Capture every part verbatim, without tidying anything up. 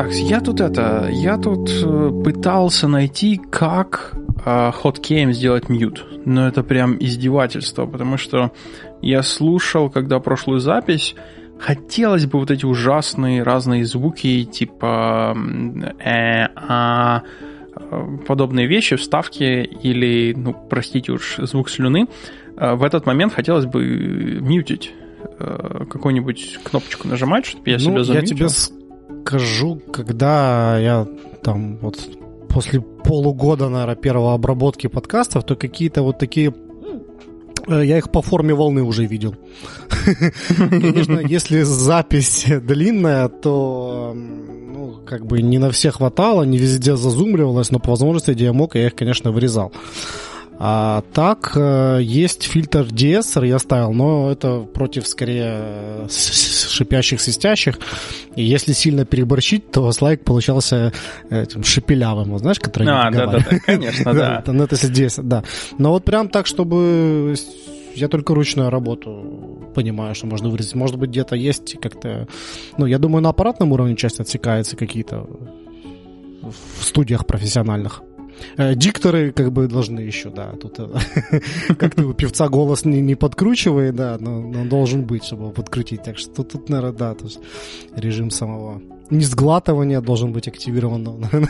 Так, я тут это, я тут пытался найти, как э, хоткеем сделать мьют, но это прям издевательство, потому что я слушал, когда прошлую запись, хотелось бы вот эти ужасные разные звуки, типа э, а, подобные вещи, вставки или, ну, простите уж, звук слюны, э, в этот момент хотелось бы мьютить, э, какую-нибудь кнопочку нажимать, чтобы я ну, себя замьютил. Я тебе скажу, когда я там вот после полугода, наверное, первой обработки подкастов, то какие-то вот такие... Я их по форме волны уже видел. Конечно, если запись длинная, то ну, как бы не на все хватало, не везде зазумливалось, но по возможности, где я мог, я их, конечно, вырезал. А так, есть фильтр ди-эс-эр я ставил, но это против, скорее, шипящих, свистящих. И если сильно переборщить, то слайк получался этим шепелявым, знаешь, который а, не договаривает. Да, да, конечно, да. Ну, это здесь, да. Но вот прям так, чтобы... Я только ручную работу понимаю, что можно вырезать. Может быть, где-то есть как-то... Ну, я думаю, на аппаратном уровне часть отсекается какие-то в студиях профессиональных. Дикторы как бы должны еще, да, тут как-то у певца голос не, не подкручивает, да, но, но должен быть, чтобы его подкрутить. Так что тут, тут наверное, да, то есть режим самого несглатывания должен быть активирован.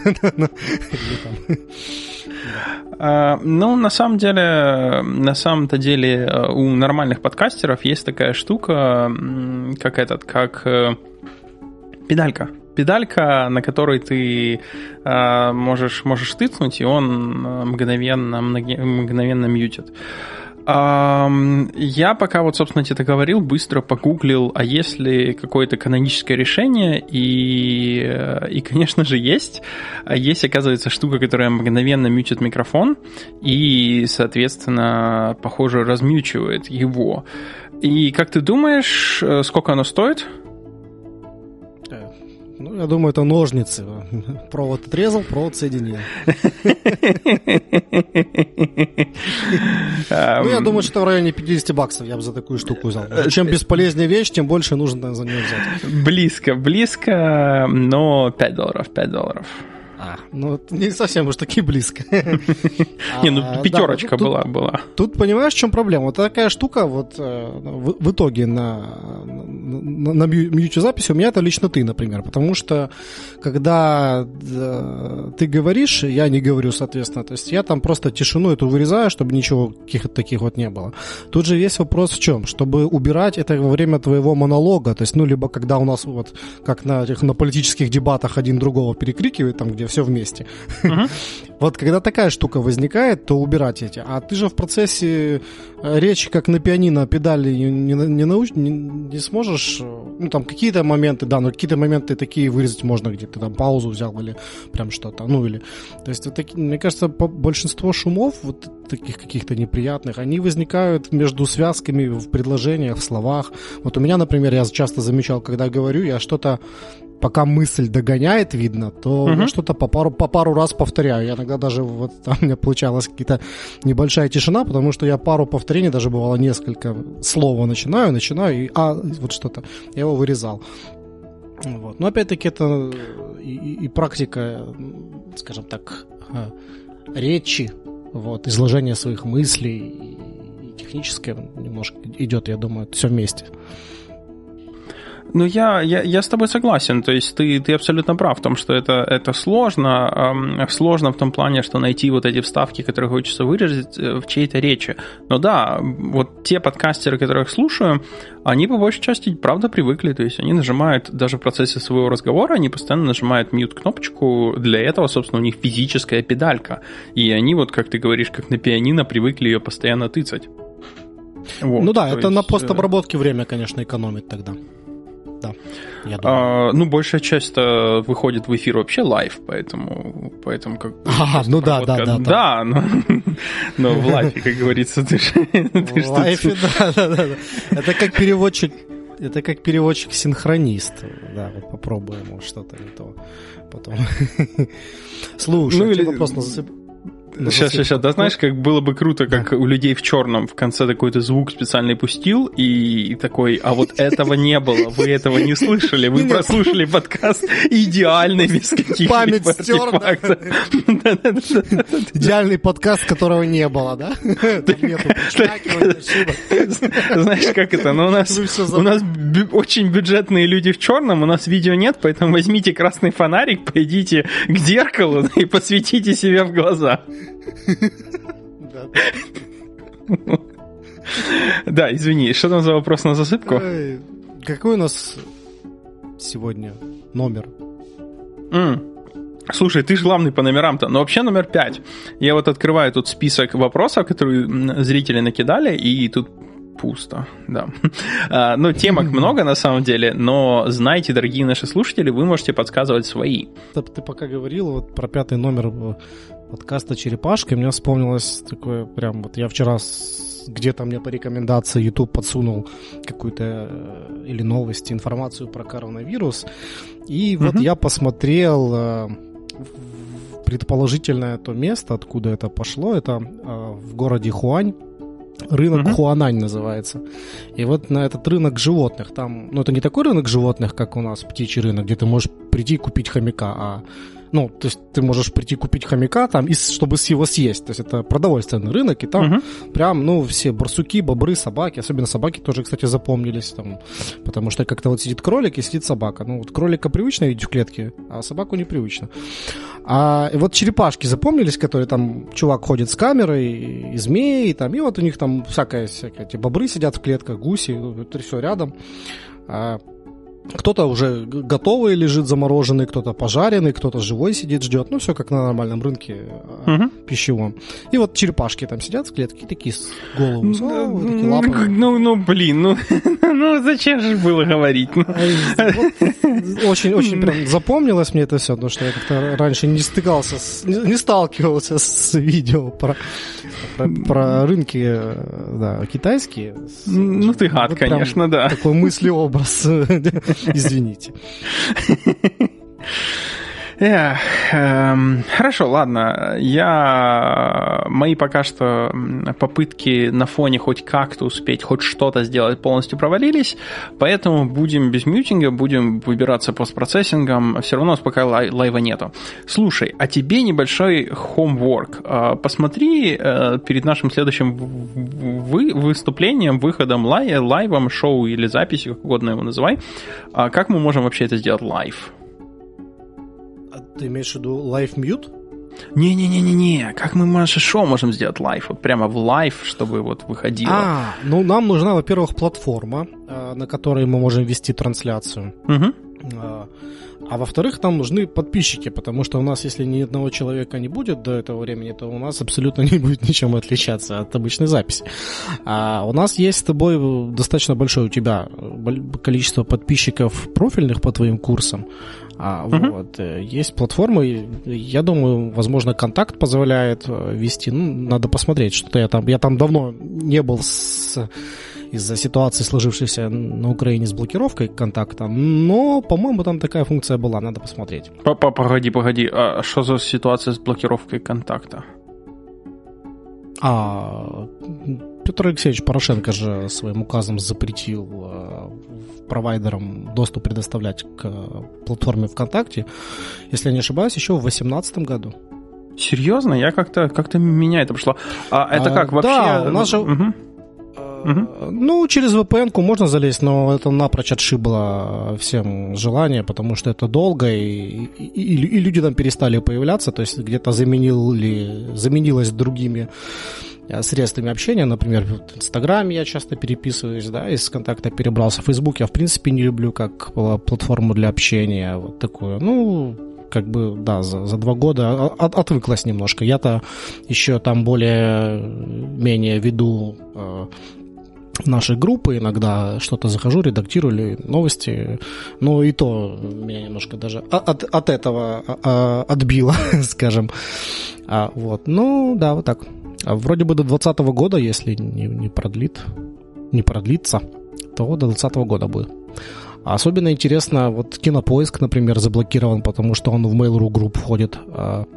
Ну, на самом деле, на самом-то деле у нормальных подкастеров есть такая штука, как этот, как педалька. Педалька, на которой ты э, можешь, можешь тыкнуть, и он мгновенно, мгновенно мьютит. Э, я пока вот, собственно, тебе это говорил, быстро погуглил, а есть ли какое-то каноническое решение, и, и, конечно же, есть. Есть, оказывается, штука, которая мгновенно мьютит микрофон и, соответственно, похоже, размьючивает его. И как ты думаешь, сколько оно стоит? Ну, я думаю, это ножницы. Провод отрезал, провод соединил. Ну, я думаю, что в районе пятьдесят баксов я бы за такую штуку взял. Чем бесполезнее вещь, тем больше нужно за нее взять. Близко, близко, но пять долларов, пять долларов. А, ну, не совсем уж таки близко. Не, ну пятерочка была, была. Тут понимаешь, в чем проблема? Вот такая штука вот в итоге на на мьюте записи у меня это лично ты, например, потому что когда ты говоришь, я не говорю, соответственно, то есть я там просто тишину эту вырезаю, чтобы ничего каких-то таких вот не было. Тут же весь вопрос в чем? Чтобы убирать это во время твоего монолога, то есть, ну, либо когда у нас вот, как на, на политических дебатах один другого перекрикивает, там, где все вместе. Uh-huh. Вот когда такая штука возникает, то убирать эти. А ты же в процессе речи, как на пианино, педали не, не, науч, не, не сможешь. Ну, там какие-то моменты, да, но какие-то моменты такие вырезать можно, где ты там паузу взял или прям что-то. Ну, или... То есть, вот такие, мне кажется, большинство шумов, вот таких каких-то неприятных, они возникают между связками в предложениях, в словах. Вот у меня, например, я часто замечал, когда говорю, я что-то пока мысль догоняет, видно, то uh-huh. я что-то по пару, по пару раз повторяю. Я иногда даже, вот там у меня получалась какая-то небольшая тишина, потому что я пару повторений, даже бывало несколько слова начинаю, начинаю, и а, вот что-то, я его вырезал. Вот. Но опять-таки это и, и, и практика, скажем так, речи, вот, изложение своих мыслей, и, и техническое немножко идет, я думаю, все вместе. Ну, я, я, я с тобой согласен, то есть ты, ты абсолютно прав в том, что это, это сложно, эм, сложно в том плане, что найти вот эти вставки, которые хочется вырезать в чьей-то речи. Но да, вот те подкастеры, которых слушаю, они по большей части, правда, привыкли, то есть они нажимают, даже в процессе своего разговора, они постоянно нажимают мьют-кнопочку, для этого, собственно, у них физическая педалька, и они вот, как ты говоришь, как на пианино, привыкли ее постоянно тыцать. Вот, ну да, это есть... на постобработке время, конечно, экономит тогда. Да, я думаю. А, ну, большая часть выходит в эфир вообще лайв, поэтому, поэтому как... А, ну да, да, да. Да, но, но в лайфе, как говорится, ты же... В лайфе, да, да, да. Это как переводчик, это как переводчик-синхронист. Да, вот попробуем, может, что-то не то потом. Слушай, ну, или... вопрос на засып... Сейчас, сейчас, сейчас. Да знаешь, как было бы круто, как да. у людей в черном в конце такой-то звук специальный пустил, и такой, а вот этого не было, вы этого не слышали, вы прослушали подкаст идеальный, без каких-либо память стерта. Идеальный подкаст, которого не было, да? Знаешь, как это? Ну, у нас у нас очень бюджетные люди в черном, у нас видео нет, поэтому возьмите красный фонарик, пойдите к зеркалу и посветите себе в глаза. Да, извини, что там за вопрос на засыпку? Какой у нас сегодня номер? Слушай, ты же главный по номерам-то, но вообще номер пять. Я вот открываю тут список вопросов, которые зрители накидали, и тут пусто, да. А, ну, темок много на самом деле, но знайте, дорогие наши слушатели, вы можете подсказывать свои. Ты пока говорил вот про пятый номер подкаста «Черепашки», мне вспомнилось такое прям вот я вчера где-то мне по рекомендации YouTube подсунул какую-то или новость, информацию про коронавирус, и вот uh-huh. я посмотрел предположительное то место, откуда это пошло, это в городе Хуань. Рынок uh-huh. Хуанань называется. И вот на этот рынок животных, там, ну, это не такой рынок животных, как у нас птичий рынок, где ты можешь прийти и купить хомяка, а, ну, то есть ты можешь прийти купить хомяка, там, и, чтобы его съесть. То есть это продовольственный рынок, и там uh-huh. прям, ну, все барсуки, бобры, собаки, особенно собаки тоже, кстати, запомнились, там, потому что как-то вот сидит кролик и сидит собака. Ну, вот кролика привычно видеть в клетке, а собаку непривычно. А вот черепашки запомнились, которые там чувак ходит с камерой, и, и змеи, и, там, и вот у них там всякое, всякое, эти бобры сидят в клетках, гуси, это все рядом. А кто-то уже готовый лежит замороженный, кто-то пожаренный, кто-то живой сидит, ждет. Ну, все как на нормальном рынке uh-huh. пищевом. И вот черепашки там сидят в клетке, такие с голову, с, о, такие лапы. Ну, ну, блин, ну, ну зачем же было говорить? Очень-очень прям запомнилось мне это все, потому что я как-то раньше не стыкался, с, не сталкивался с видео про, про, про рынки, да, китайские. Ну, ты гад, вот конечно, да. Такой мыслеобраз. Извините. Эх, эм, хорошо, ладно. Я... Мои пока что попытки на фоне хоть как-то успеть, хоть что-то сделать полностью провалились, поэтому будем без мьютинга, будем выбираться постпроцессингом. Все равно у нас пока лай- лайва нету. Слушай, а тебе небольшой homework. Посмотри перед нашим следующим вы- выступлением, выходом лай- лайвом, шоу или записью, как угодно его называй, как мы можем вообще это сделать лайв? Ты имеешь в виду лайв-мьют? Не-не-не-не-не, как мы наше шоу можем сделать лайв? Вот прямо в лайв, чтобы вот выходило. А, ну нам нужна, во-первых, платформа, на которой мы можем вести трансляцию. Угу. А во-вторых, нам нужны подписчики, потому что у нас, если ни одного человека не будет до этого времени, то у нас абсолютно не будет ничем отличаться от обычной записи. А у нас есть с тобой достаточно большое у тебя количество подписчиков профильных по твоим курсам. А, uh-huh. вот, есть платформы, я думаю, возможно, контакт позволяет вести. Ну, надо посмотреть, что-то я там. Я там давно не был с, из-за ситуации, сложившейся на Украине с блокировкой контакта, но, по-моему, там такая функция была, надо посмотреть. Погоди, погоди, а что за ситуация с блокировкой контакта? А Петр Алексеевич Порошенко же своим указом запретил провайдерам доступ предоставлять к платформе ВКонтакте, если я не ошибаюсь, еще в две тысячи восемнадцатом году. Серьезно? Я как-то, как-то меня это пошло. А это как вообще? Да, у нас же... Угу. Uh-huh. Ну, через ви пи эн-ку можно залезть, но это напрочь отшибло всем желание, потому что это долго, и, и, и люди там перестали появляться, то есть где-то заменили, заменилось другими средствами общения, например, в Инстаграме я часто переписываюсь, да, из контакта перебрался в Фейсбук, я в принципе не люблю как платформу для общения, вот такую, ну... как бы, да, за, за два года от, отвыклась немножко. Я-то еще там более-менее веду э, наши группы, иногда что-то захожу, редактирую новости, но и то меня немножко даже от, от этого а, отбило, скажем. А, вот, ну, да, вот так. А вроде бы до двадцатого года, если не, не продлит, не продлится, то до двадцатого года будет. Особенно интересно, вот Кинопоиск, например, заблокирован, потому что он в Mail.ru групп входит.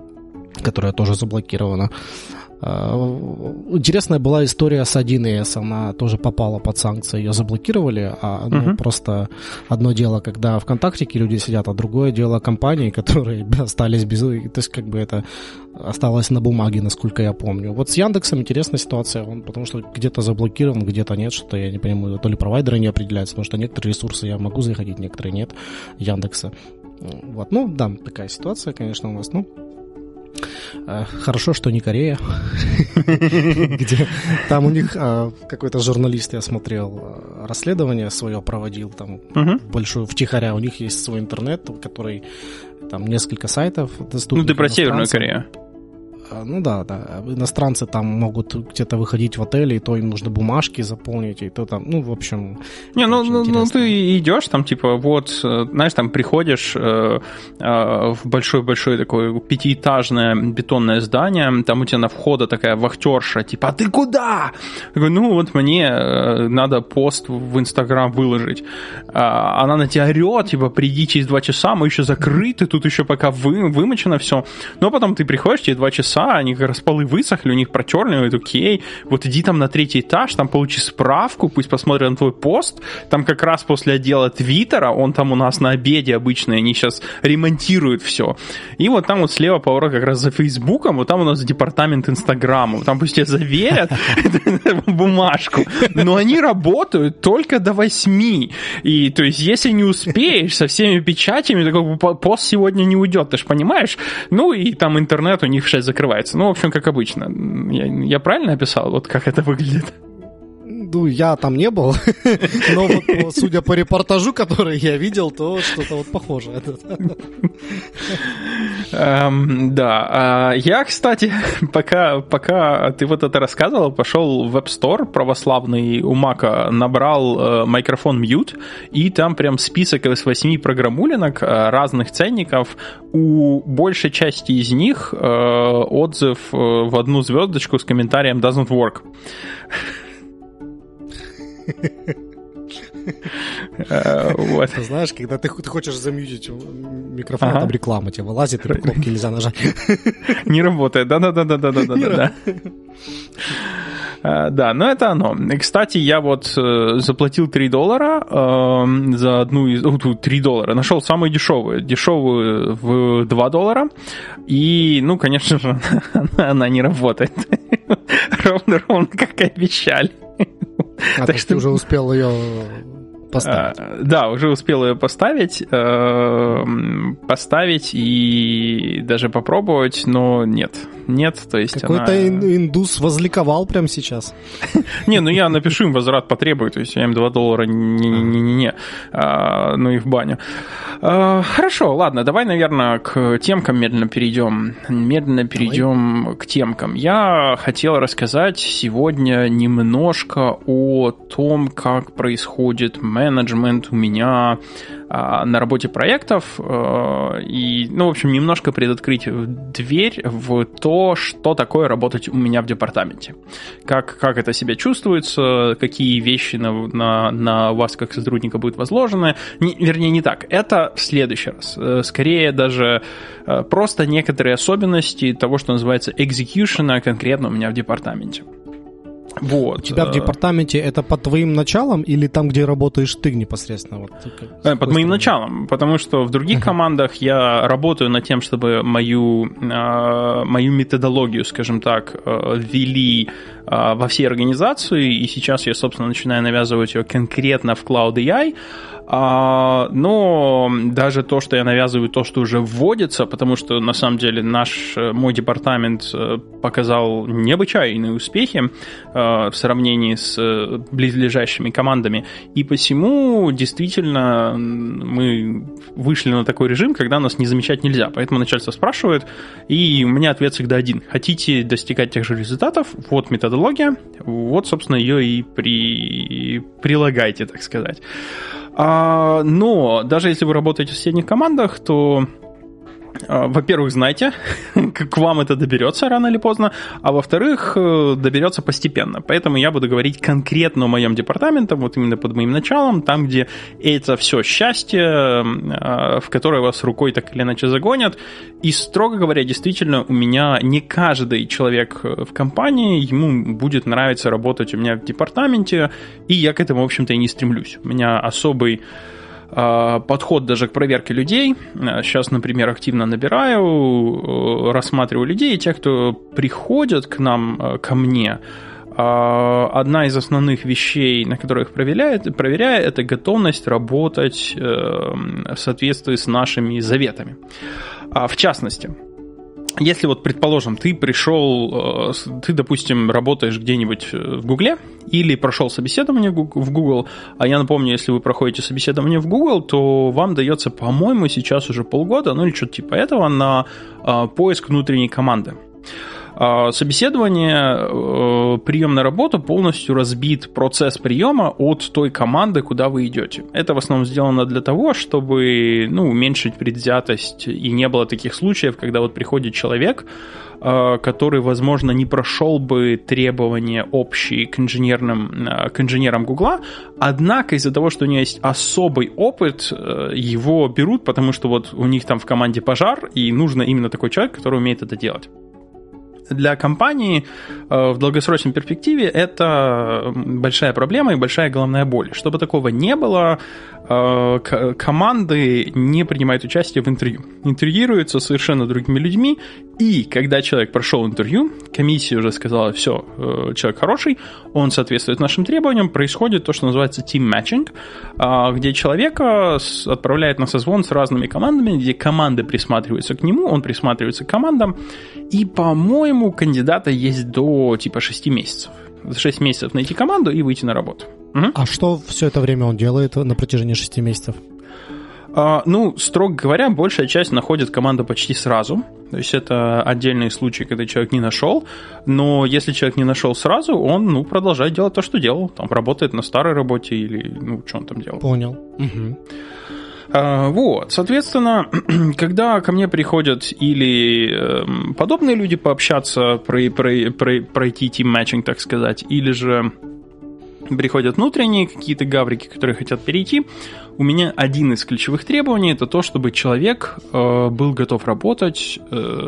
которая тоже заблокирована. Интересная была история с один эс, она тоже попала под санкции, ее заблокировали, а ну, uh-huh. просто одно дело, когда ВКонтактике люди сидят, а другое дело компании, которые остались без... То есть как бы это осталось на бумаге, насколько я помню. Вот с Яндексом интересная ситуация, он, потому что где-то заблокирован, где-то нет, что-то я не понимаю, то ли провайдеры не определяются, потому что некоторые ресурсы я могу заходить, некоторые нет, Яндекса. Вот, ну да, такая ситуация, конечно, у нас, ну хорошо, что не Корея, где там у них какой-то журналист, я смотрел, расследование свое проводил, там большую втихаря, у них есть свой интернет, который там несколько сайтов доступных. Ну, ты про Северную Корею. Ну да, да. Иностранцы там могут где-то выходить в отели, и то им нужно бумажки заполнить, и то там, ну, в общем... Не, ну, ну, ну ты идешь там, типа, вот, знаешь, там приходишь э, э, в большое-большое такое пятиэтажное бетонное здание, там у тебя на входе такая вахтерша, типа, а ты куда? Я говорю, ну, вот мне надо пост в Инстаграм выложить. А она на тебя орет, типа, приди через два часа, мы еще закрыты, тут еще пока вы, вымочено все. Но потом ты приходишь, через два часа, они как раз полы высохли, у них протерли, говорит, окей, вот иди там на третий этаж, там получи справку, пусть посмотрят на твой пост, там как раз после отдела Твиттера, он там у нас на обеде обычно, они сейчас ремонтируют все. И вот там вот слева поворот как раз за Фейсбуком, вот там у нас департамент Инстаграма, там пусть тебе заверят бумажку, но они работают только до восьми, и то есть если не успеешь со всеми печатями, то как бы пост сегодня не уйдет, ты же понимаешь? Ну и там интернет у них в шесть закрывается. Ну, в общем, как обычно. Я, я правильно описал, вот как это выглядит? Ну, я там не был, но вот, судя по репортажу, который я видел, то что-то вот похоже. um, да, я, кстати, пока, пока ты вот это рассказывал, пошел в App Store православный у Мака, набрал uh, микрофон Mute, и там прям список из восьми программулинок uh, разных ценников. У большей части из них uh, отзыв uh, в одну звездочку с комментарием «doesn't work». Вот. Знаешь, когда ты, ты хочешь замьютить микрофон, ага. Там реклама тебе вылазит, и кнопки нельзя нажать. Не работает, да-да-да-да-да-да-да. Uh, да, но это оно. И, кстати, я вот uh, заплатил три доллара uh, за одну из... Uh, три доллара. Нашел самую дешевую. Дешевую в два доллара. И, ну, конечно же, она, она не работает. Ровно-ровно, как и обещали. А так что ты уже успел ее поставить? Uh, да, уже успел ее поставить, uh, поставить и даже попробовать, но нет. Нет, то есть какой-то она... индус возликовал прямо сейчас. Не, ну я напишу им, возврат потребую, то есть я им два доллара не-не-не, ну и в баню. Хорошо, ладно, давай, наверное, к темкам медленно перейдем. Медленно перейдем давай. К темкам. Я хотел рассказать сегодня немножко о том, как происходит менеджмент у меня на работе проектов и, ну, в общем, немножко приоткрыть дверь в то, что такое работать у меня в департаменте. Как, как это себя чувствуется, какие вещи на, на, на вас как сотрудника будут возложены. Не, вернее, не так. Это в следующий раз. Скорее даже просто некоторые особенности того, что называется execution, конкретно у меня в департаменте. Вот. У тебя в департаменте это под твоим началом или там, где работаешь ты непосредственно? Вот, под моим стороны? Началом, потому что в других uh-huh. командах я работаю над тем, чтобы мою, мою методологию, скажем так, ввели во всей организации, и сейчас я, собственно, начинаю навязывать ее конкретно в Cloud эй ай, но даже то, что я навязываю, то, что уже вводится, потому что, на самом деле, наш, мой департамент показал необычайные успехи в сравнении с близлежащими командами, и посему, действительно, мы вышли на такой режим, когда нас не замечать нельзя, поэтому начальство спрашивает, и у меня ответ всегда один. Хотите достигать тех же результатов? Вот методология, вот, собственно, ее и при... прилагайте, так сказать. А, но даже если вы работаете в соседних командах, то, а, во-первых, знайте, к вам это доберется рано или поздно, а во-вторых, доберется постепенно. Поэтому я буду говорить конкретно о моем департаменте, вот именно под моим началом, там, где это все счастье, в которое вас рукой так или иначе загонят. И, строго говоря, действительно, у меня не каждый человек в компании, ему будет нравиться работать у меня в департаменте, и я к этому, в общем-то, и не стремлюсь. У меня особый подход даже к проверке людей. Сейчас, например, активно набираю, рассматриваю людей, и те, кто приходят к нам, ко мне, одна из основных вещей, на которых проверяю, проверяю, это готовность работать в соответствии с нашими заветами. В частности, если вот, предположим, ты пришел, ты, допустим, работаешь где-нибудь в Гугле или прошел собеседование в Google, а я напомню, если вы проходите собеседование в Google, то вам дается, по-моему, сейчас уже полгода, ну или что-то типа этого, на поиск внутренней команды. Собеседование, прием на работу полностью разбит процесс приема от той команды, куда вы идете. Это в основном сделано для того, чтобы, ну, уменьшить предвзятость и не было таких случаев, когда вот приходит человек, который, возможно, не прошел бы требования общие к инженерным, к инженерам Гугла, однако из-за того, что у него есть особый опыт, его берут, потому что вот у них там в команде пожар, и нужно именно такой человек, который умеет это делать. Для компании в долгосрочной перспективе это большая проблема и большая головная боль. Чтобы такого не было, команды не принимают участие в интервью. Интервьюируются совершенно другими людьми, и когда человек прошел интервью, комиссия уже сказала, все, человек хороший, он соответствует нашим требованиям, происходит то, что называется team matching, где человека отправляют на созвон с разными командами, где команды присматриваются к нему, он присматривается к командам, и, по-моему, у кандидата есть до типа шести месяцев. За шесть месяцев найти команду и выйти на работу. Угу. А что все это время он делает на протяжении шести месяцев? А, ну, строго говоря, большая часть находит команду почти сразу. То есть это отдельные случаи, когда человек не нашел. Но если человек не нашел сразу, он, ну, продолжает делать то, что делал. Там работает на старой работе или, ну, что он там делал. Понял. Угу. Вот, соответственно, когда ко мне приходят или подобные люди пообщаться, про, про, про, пройти тим-матчинг, так сказать, или же приходят внутренние какие-то гаврики, которые хотят перейти, у меня один из ключевых требований – это то, чтобы человек был готов работать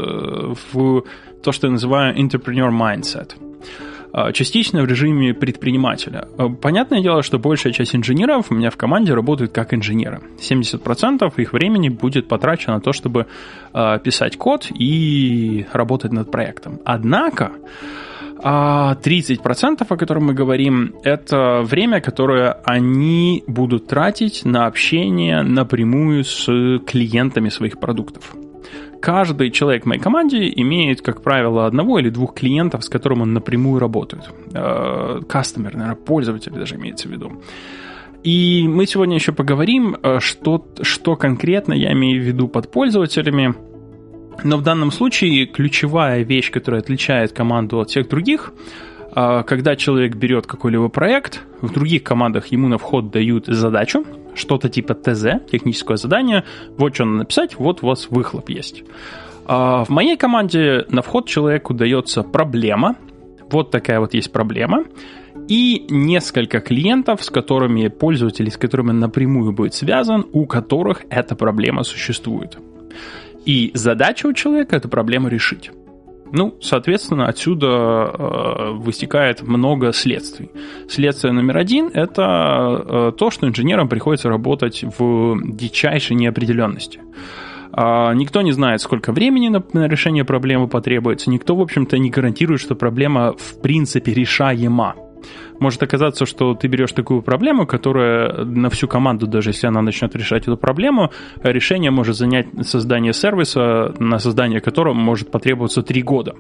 в то, что я называю entrepreneur mindset. Частично в режиме предпринимателя. Понятное дело, что большая часть инженеров у меня в команде работают как инженеры. семьдесят процентов их времени будет потрачено на то, чтобы писать код и работать над проектом. Однако тридцать процентов, о котором мы говорим, это время, которое они будут тратить на общение напрямую с клиентами своих продуктов. Каждый человек в моей команде имеет, как правило, одного или двух клиентов, с которым он напрямую работает. Customer, наверное, пользователь даже имеется в виду. И мы сегодня еще поговорим, что, что конкретно я имею в виду под пользователями. Но в данном случае ключевая вещь, которая отличает команду от всех других, когда человек берет какой-либо проект, в других командах ему на вход дают задачу, что-то типа ТЗ, техническое задание, вот что надо написать, вот у вас выхлоп есть. В моей команде на вход человеку дается проблема, вот такая вот есть проблема, и несколько клиентов, с которыми пользователи, с которыми он напрямую будет связан, у которых эта проблема существует. И задача у человека эту проблему решить. Ну, соответственно, отсюда э, вытекает много следствий. Следствие номер один – это э, то, что инженерам приходится работать в дичайшей неопределенности. Э, никто не знает, сколько времени на, на решение проблемы потребуется. Никто, в общем-то, не гарантирует, что проблема в принципе решаема. Может оказаться, что ты берешь такую проблему, которая на всю команду, даже если она начнет решать эту проблему, решение может занять создание сервиса, на создание которого может потребоваться три года.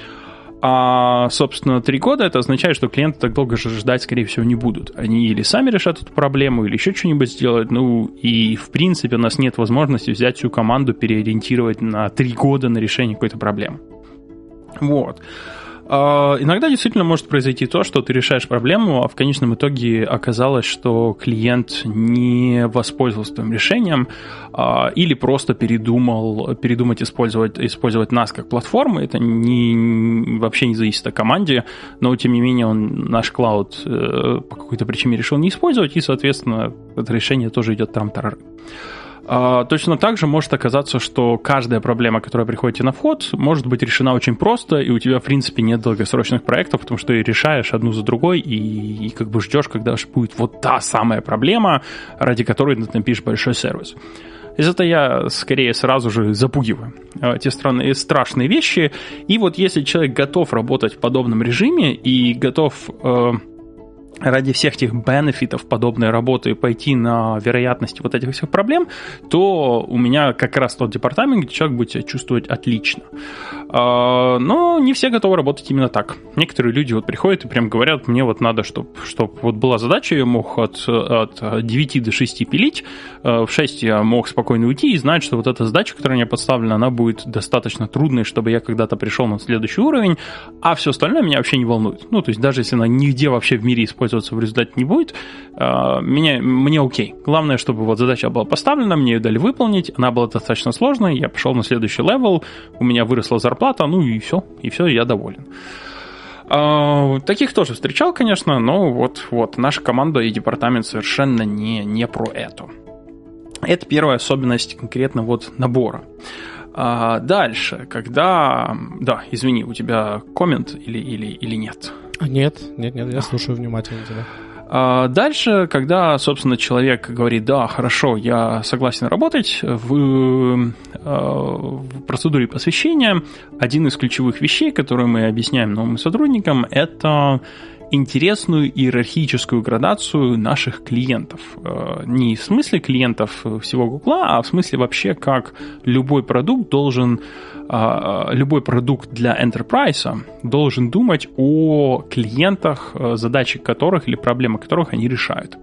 А, собственно, три года это означает, что клиенты так долго же ждать, скорее всего, не будут. Они или сами решат эту проблему, или еще что-нибудь сделают. Ну, и, в принципе, у нас нет возможности взять всю команду, переориентировать на три года на решение какой-то проблемы. Вот. Иногда действительно может произойти то, что ты решаешь проблему, а в конечном итоге оказалось, что клиент не воспользовался твоим решением или просто передумал передумать использовать, использовать нас как платформу. Это не, вообще не зависит от команде, но тем не менее он наш клауд по какой-то причине решил не использовать, и, соответственно, это решение тоже идет трам-тарары. Точно так же может оказаться, что каждая проблема, которая приходит тебе на вход, может быть решена очень просто, и у тебя, в принципе, нет долгосрочных проектов, потому что ты решаешь одну за другой и, и как бы ждешь, когда же будет вот та самая проблема, ради которой ты напишешь большой сервис. Из этого я скорее сразу же запугиваю те странные, страшные вещи. И вот если человек готов работать в подобном режиме и готов... Э, ради всех этих бенефитов подобной работы пойти на вероятности вот этих всех проблем, то у меня как раз тот департамент, где человек будет себя чувствовать отлично. Но не все готовы работать именно так. Некоторые люди вот приходят и прям говорят, мне вот надо, чтобы чтоб вот была задача, я мог от, от девяти до шести пилить, в шесть я мог спокойно уйти и знать, что вот эта задача, которая мне подставлена, она будет достаточно трудной, чтобы я когда-то пришел на следующий уровень, а все остальное меня вообще не волнует. Ну, то есть даже если она нигде вообще в мире используется, в результате не будет, меня, мне окей. Главное, чтобы вот задача была поставлена, мне ее дали выполнить, она была достаточно сложной, я пошел на следующий левел, у меня выросла зарплата, ну и все, и все, я доволен. Таких тоже встречал, конечно, но вот, вот наша команда и департамент совершенно не, не про это. Это первая особенность конкретно вот набора. Дальше, когда... Да, извини, у тебя коммент или, или, или нет? Нет, нет, нет, я слушаю внимательно тебя. Дальше, когда, собственно, человек говорит, да, хорошо, я согласен работать, в, в процедуре посвящения один из ключевых вещей, которые мы объясняем новым сотрудникам, это интересную иерархическую градацию наших клиентов. Не в смысле клиентов всего Гугла, а в смысле вообще, как любой продукт должен, любой продукт для enterprise должен думать о клиентах, задачи которых или проблемы которых они решают.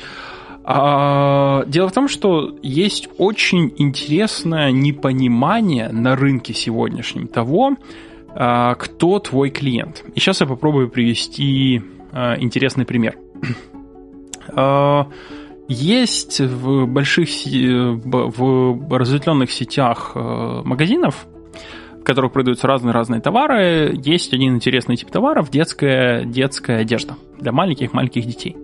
Дело в том, что есть очень интересное непонимание на рынке сегодняшнем того, кто твой клиент. И сейчас я попробую привести интересный пример. Есть в больших, в разветвленных сетях магазинов, в которых продаются разные-разные товары, есть один интересный тип товаров – детская, детская одежда для маленьких-маленьких детей.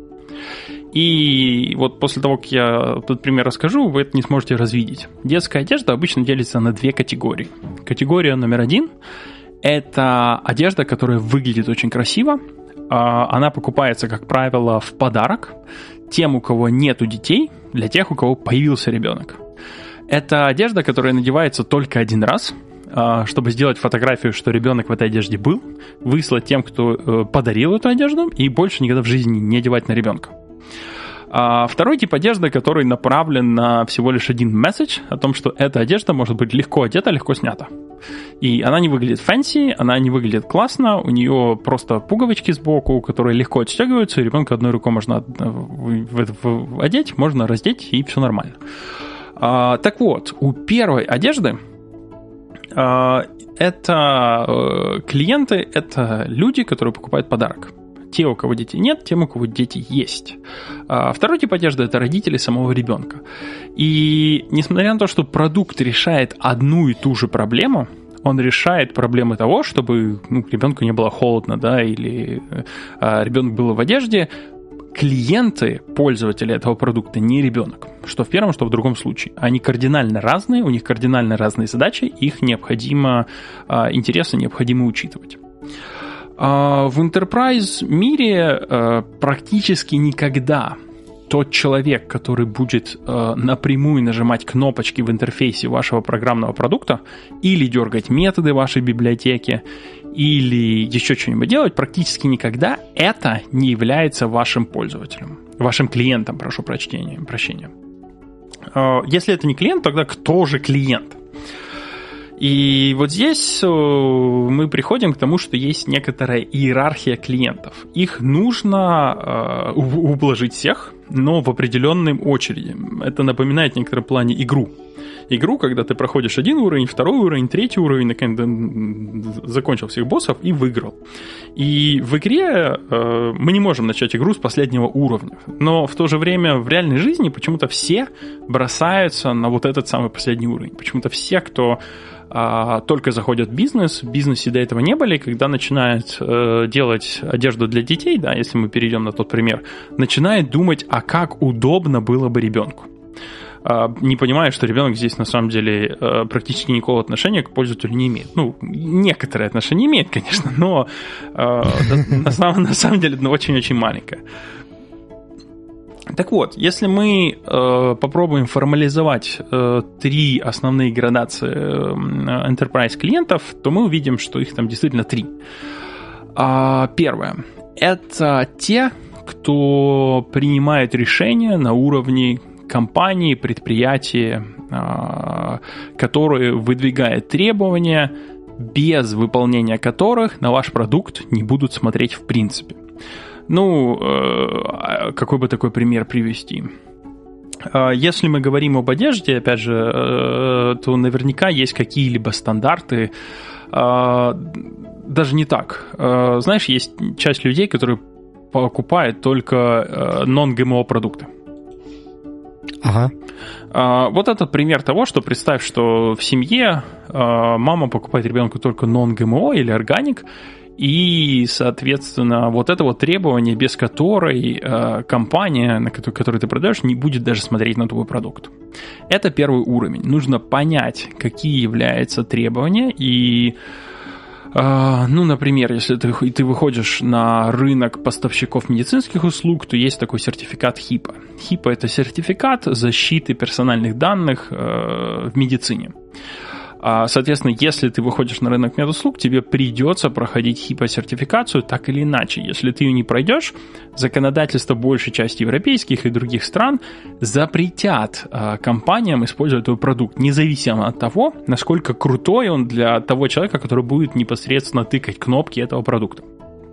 И вот после того, как я тут пример расскажу, вы это не сможете развидеть. Детская одежда обычно делится на две категории. Категория номер один – это одежда, которая выглядит очень красиво. Она покупается, как правило, в подарок тем, у кого нету детей, для тех, у кого появился ребенок. Это одежда, которая надевается только один раз, чтобы сделать фотографию, что ребенок в этой одежде был, выслать тем, кто подарил эту одежду, и больше никогда в жизни не одевать на ребенка. А второй тип одежды, который направлен на всего лишь один месседж о том, что эта одежда может быть легко одета, легко снята. И она не выглядит фэнси, она не выглядит классно, у нее просто пуговички сбоку, которые легко отстегиваются, и ребенка одной рукой можно одеть, можно раздеть, и все нормально. А, так вот, у первой одежды а, это клиенты, это люди, которые покупают подарок. Те, у кого детей нет, тем, у кого дети есть. А второй тип одежды – это родители самого ребенка. И несмотря на то, что продукт решает одну и ту же проблему, он решает проблемы того, чтобы ну, ребенку не было холодно, да, или а, ребенок был в одежде. Клиенты, пользователи этого продукта не ребенок. Что в первом, что в другом случае. Они кардинально разные, у них кардинально разные задачи, их необходимо, а, интересы необходимо учитывать. В enterprise мире практически никогда тот человек, который будет напрямую нажимать кнопочки в интерфейсе вашего программного продукта или дергать методы вашей библиотеки, или еще что-нибудь делать, практически никогда это не является вашим пользователем, вашим клиентом, прошу прощения. прощения. Если это не клиент, тогда кто же клиент? И вот здесь мы приходим к тому, что есть некоторая иерархия клиентов. Их нужно ублажить всех, но в определенной очереди. Это напоминает в некотором плане игру. игру, когда ты проходишь один уровень, второй уровень, третий уровень, наконец закончил всех боссов и выиграл. И в игре э, мы не можем начать игру с последнего уровня. Но в то же время в реальной жизни почему-то все бросаются на вот этот самый последний уровень. Почему-то все, кто э, только заходят в бизнес, в бизнесе до этого не были, когда начинают э, делать одежду для детей, да, если мы перейдем на тот пример, начинает думать, а как удобно было бы ребенку. Не понимая, что ребенок здесь на самом деле практически никакого отношения к пользователю не имеет. Ну, некоторые отношения имеет, конечно, но на самом, на самом деле это очень-очень маленькое. Так вот, если мы попробуем формализовать три основные градации enterprise клиентов, то мы увидим, что их там действительно три. Первое. Это те, кто принимает решения на уровне компании, предприятия, которые выдвигают требования, без выполнения которых на ваш продукт не будут смотреть в принципе. Ну, какой бы такой пример привести? Если мы говорим об одежде, опять же, то наверняка есть какие-либо стандарты. Даже не так. Знаешь, есть часть людей, которые покупают только нон-джи эм о продукты. Ага. Вот это пример того, что представь, что в семье мама покупает ребенку только нон-джи эм о или органик, и, соответственно, вот это вот требование, без которой компания, на которую, которую ты продаешь, не будет даже смотреть на твой продукт. Это первый уровень. Нужно понять, какие являются требования, и ну, например, если ты, ты выходишь на рынок поставщиков медицинских услуг, то есть такой сертификат хипа. хипа – это сертификат защиты персональных данных э, в медицине. Соответственно, если ты выходишь на рынок медуслуг, тебе придется проходить хипа-сертификацию так или иначе. Если ты ее не пройдешь, законодательство большей части европейских и других стран запретят э, компаниям использовать твой продукт, независимо от того, насколько крутой он для того человека, который будет непосредственно тыкать кнопки этого продукта.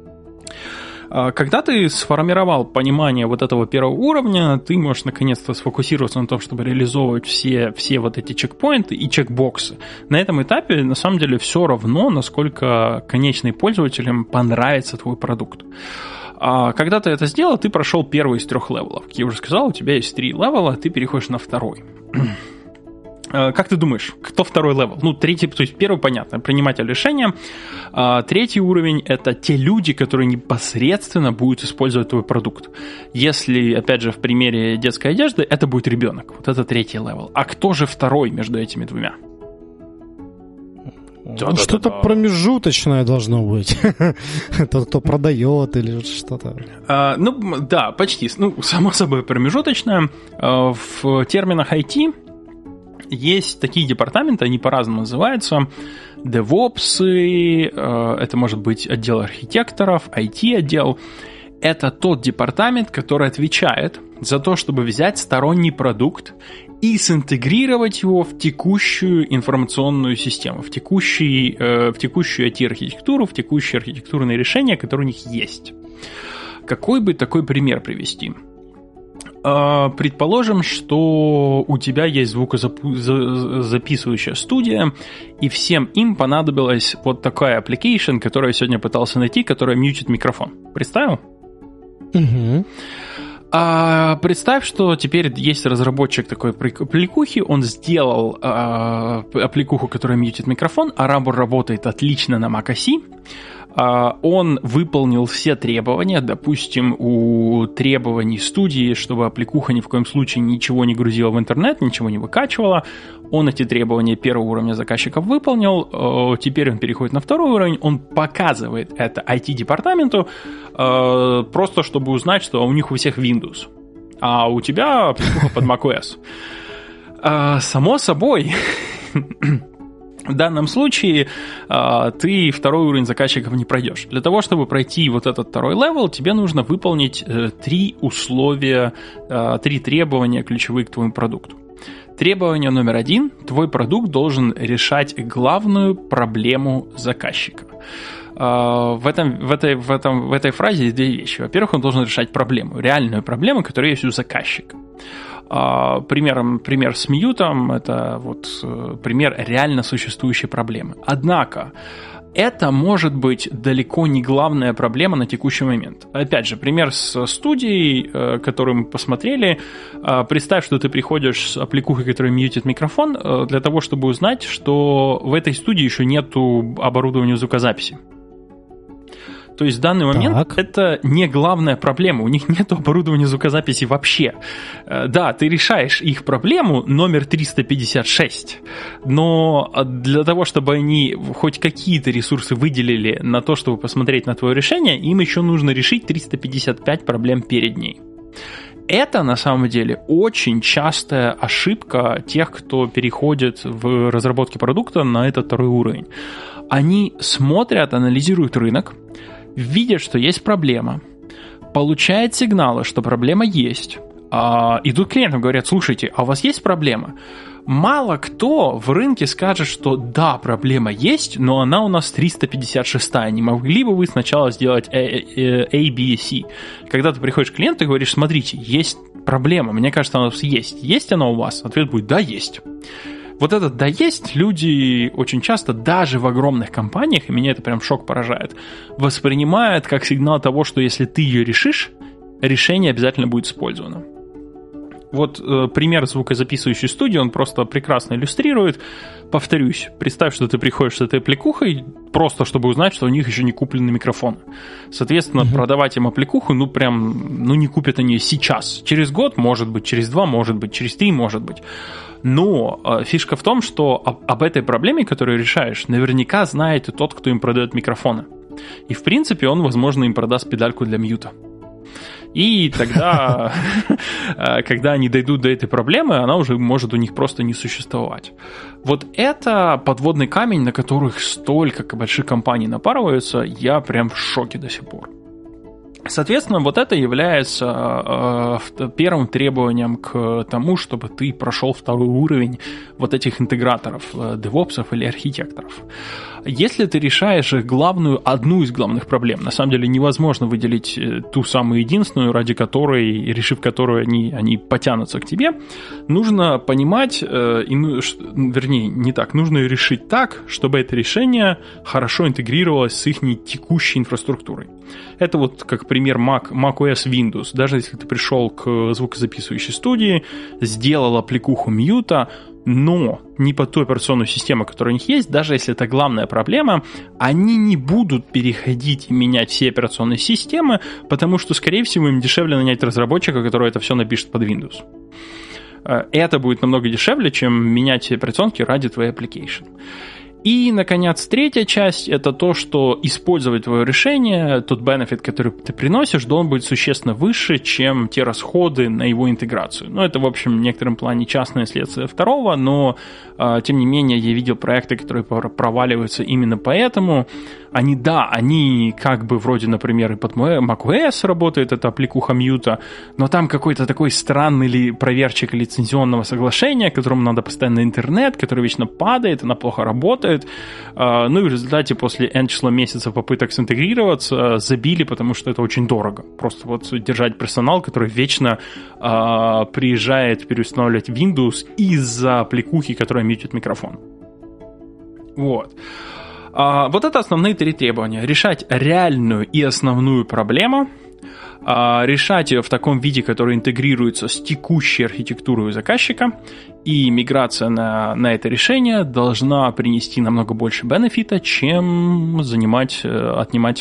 Когда ты сформировал понимание вот этого первого уровня, ты можешь наконец-то сфокусироваться на том, чтобы реализовывать все, все вот эти чекпоинты и чекбоксы. На этом этапе на самом деле все равно, насколько конечным пользователям понравится твой продукт. А когда ты это сделал, ты прошел первый из трех левелов. Как я уже сказал, у тебя есть три левела, ты переходишь на второй. Как ты думаешь, кто второй левел? Ну, третий, то есть первый, понятно, приниматель решения. А, третий уровень – это те люди, которые непосредственно будут использовать твой продукт. Если, опять же, в примере детской одежды, это будет ребенок. Вот это третий левел. А кто же второй между этими двумя? Да, что-то да, да, промежуточное должно быть. Тот, кто продает или что-то. А, ну, да, почти. Ну, само собой, промежуточное. А, в терминах ай ти есть такие департаменты, они по-разному называются. DevOps, это может быть отдел архитекторов, ай ти-отдел. Это тот департамент, который отвечает за то, чтобы взять сторонний продукт и синтегрировать его в текущую информационную систему, в, текущий, в текущую ай ти-архитектуру, в текущие архитектурные решения, которые у них есть. Какой бы такой пример привести? Предположим, что у тебя есть звукозаписывающая студия, и всем им понадобилась вот такая application, которую я сегодня пытался найти, которая мьютит микрофон. Представил? Угу. А представь, что теперь есть разработчик такой аппликухи, он сделал а, аппликуху, которая мьютит микрофон, а работает отлично на macOS. Он выполнил все требования, допустим, у требований студии, чтобы аппликуха ни в коем случае ничего не грузила в интернет, ничего не выкачивала. Он эти требования первого уровня заказчиков выполнил, теперь он переходит на второй уровень, он показывает это ай ти-департаменту, просто чтобы узнать, что у них у всех Windows, а у тебя аппликуха под macOS. Само собой... В данном случае э, ты второй уровень заказчиков не пройдешь. Для того, чтобы пройти вот этот второй левел, тебе нужно выполнить э, три условия, э, три требования ключевые к твоему продукту. Требование номер один. Твой продукт должен решать главную проблему заказчика. Э, в, этом, в, этой, в, этом, в этой фразе есть две вещи. Во-первых, он должен решать проблему, реальную проблему, которая есть у заказчика. Пример, пример с мьютом – это вот пример реально существующей проблемы. Однако, это может быть далеко не главная проблема на текущий момент. Опять же, пример с студией, которую мы посмотрели. Представь, что ты приходишь с аппликухой, которая мьютит микрофон, для того, чтобы узнать, что в этой студии еще нету оборудования звукозаписи. То есть в данный момент так. это не главная проблема, у них нет оборудования звукозаписи вообще. Да, ты решаешь их проблему номер триста пятьдесят шесть, но для того, чтобы они хоть какие-то ресурсы выделили на то, чтобы посмотреть на твое решение, им еще нужно решить триста пятьдесят пять проблем перед ней. Это, на самом деле, очень частая ошибка тех, кто переходит в разработке продукта на этот второй уровень. Они смотрят, анализируют рынок, видят, что есть проблема, получают сигналы, что проблема есть, идут к клиентам, говорят: слушайте, а у вас есть проблема? Мало кто в рынке скажет, что да, проблема есть, но она у нас триста пятьдесят шесть. Не могли бы вы сначала сделать A, B, C? Когда ты приходишь к клиенту и говоришь: смотрите, есть проблема, мне кажется, она у вас есть. Есть она у вас? Ответ будет: да, есть. Вот это «да есть» люди очень часто, даже в огромных компаниях, и меня это прям шок поражает, воспринимают как сигнал того, что если ты ее решишь, решение обязательно будет использовано. Вот э, пример звукозаписывающей студии, он просто прекрасно иллюстрирует. Повторюсь, представь, что ты приходишь с этой аппликухой, просто чтобы узнать, что у них еще не куплены микрофоны. Соответственно, uh-huh. продавать им аппликуху, ну прям, ну не купят они сейчас. Через год, может быть, через два, может быть, через три, может быть. Но э, фишка в том, что об, об этой проблеме, которую решаешь, наверняка знает и тот, кто им продает микрофоны. И, в принципе, он, возможно, им продаст педальку для мьюта. И тогда, когда они дойдут до этой проблемы, она уже может у них просто не существовать. Вот это подводный камень, на которых столько больших компаний напарываются, я прям в шоке до сих пор. Соответственно, вот это является э, первым требованием к тому, чтобы ты прошел второй уровень вот этих интеграторов, э, девопсов или архитекторов. Если ты решаешь их главную, одну из главных проблем, на самом деле невозможно выделить ту самую единственную, ради которой, решив которую они, они потянутся к тебе, нужно понимать, э, и, вернее, не так, нужно ее решить так, чтобы это решение хорошо интегрировалось с их текущей инфраструктурой. Это вот как пример Mac, macOS Windows. Даже если ты пришел к звукозаписывающей студии, сделал аппликуху мьюта, но не под ту операционную систему, которая у них есть, даже если это главная проблема, они не будут переходить и менять все операционные системы, потому что, скорее всего, им дешевле нанять разработчика, который это все напишет под Windows. Это будет намного дешевле, чем менять операционки ради твоей application. И, наконец, третья часть – это то, что использовать твое решение, тот бенефит, который ты приносишь, должен быть существенно выше, чем те расходы на его интеграцию. Ну, это, в общем, в некотором плане частное следствие второго, но, тем не менее, я видел проекты, которые проваливаются именно поэтому. Они, да, они как бы вроде, например, и под macOS работает, это аппликуха мьюта, но там какой-то такой странный ли проверчик лицензионного соглашения, которому надо постоянно интернет, который вечно падает, она плохо работает. Ну и в результате после N числа месяцев попыток синтегрироваться забили, потому что это очень дорого. Просто вот держать персонал, который вечно э, приезжает переустанавливать Windows из-за аппликухи, которая мьютит микрофон. Вот. Вот это основные три требования. Решать реальную и основную проблему, решать ее в таком виде, который интегрируется с текущей архитектурой у заказчика, и миграция на, на это решение должна принести намного больше бенефита, чем занимать, отнимать,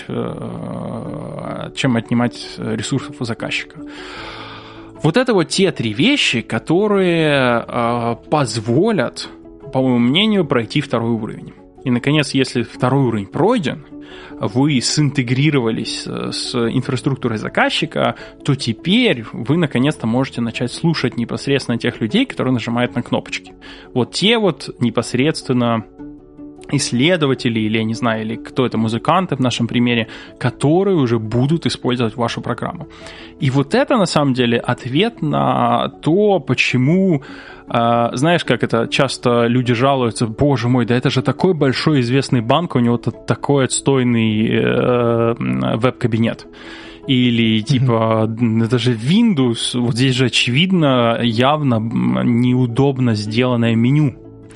чем отнимать ресурсов у заказчика. Вот это вот те три вещи, которые позволят, по моему мнению, пройти второй уровень. И, наконец, если второй уровень пройден, вы синтегрировались с инфраструктурой заказчика, то теперь вы, наконец-то, можете начать слушать непосредственно тех людей, которые нажимают на кнопочки. Вот те вот непосредственно исследователи, или, я не знаю, или кто это, музыканты в нашем примере, которые уже будут использовать вашу программу. И вот это, на самом деле, ответ на то, почему... Знаешь, как это часто люди жалуются: боже мой, да это же такой большой известный банк, у него такой отстойный э, веб-кабинет. или типа mm-hmm. это же Windows, вот здесь же очевидно, явно неудобно сделанное меню.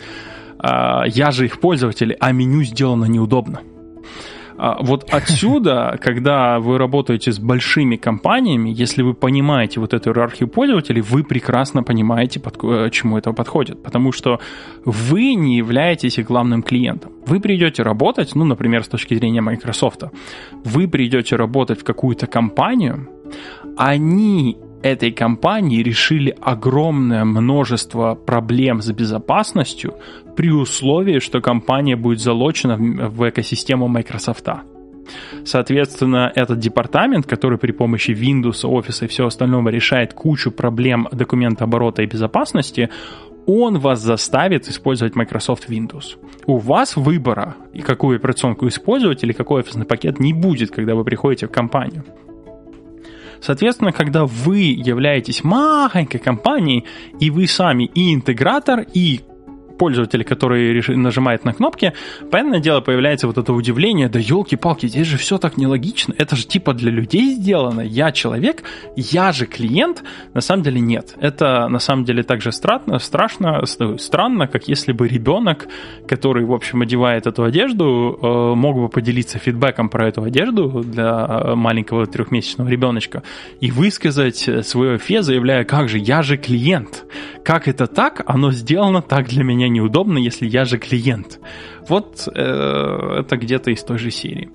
Я же их пользователь, а меню сделано неудобно. Вот отсюда, когда вы работаете с большими компаниями, если вы понимаете вот эту иерархию пользователей, вы прекрасно понимаете, под, чему это подходит. Потому что вы не являетесь их главным клиентом. Вы придете работать, ну, например, с точки зрения Microsoft, вы придете работать в какую-то компанию, они этой компании решили огромное множество проблем с безопасностью при условии, что компания будет залочена в экосистему Microsoft. Соответственно, этот департамент, который при помощи Windows, Office и всего остального решает кучу проблем документооборота и безопасности, он вас заставит использовать Microsoft Windows. У вас выбора, и какую операционку использовать или какой офисный пакет, не будет, когда вы приходите в компанию. Соответственно, когда вы являетесь маленькой компанией, и вы сами и интегратор, и пользователь, который нажимает на кнопки, понятное дело, появляется вот это удивление, да елки-палки, здесь же все так нелогично, это же типа для людей сделано, я человек, я же клиент. На самом деле нет. Это на самом деле так же страшно, страшно, странно, как если бы ребенок, который, в общем, одевает эту одежду, мог бы поделиться фидбэком про эту одежду для маленького трехмесячного ребеночка и высказать свое фе, заявляя, как же, я же клиент. Как это так? Оно сделано так для меня неудобно, если я же клиент. Вот э, это где-то из той же серии.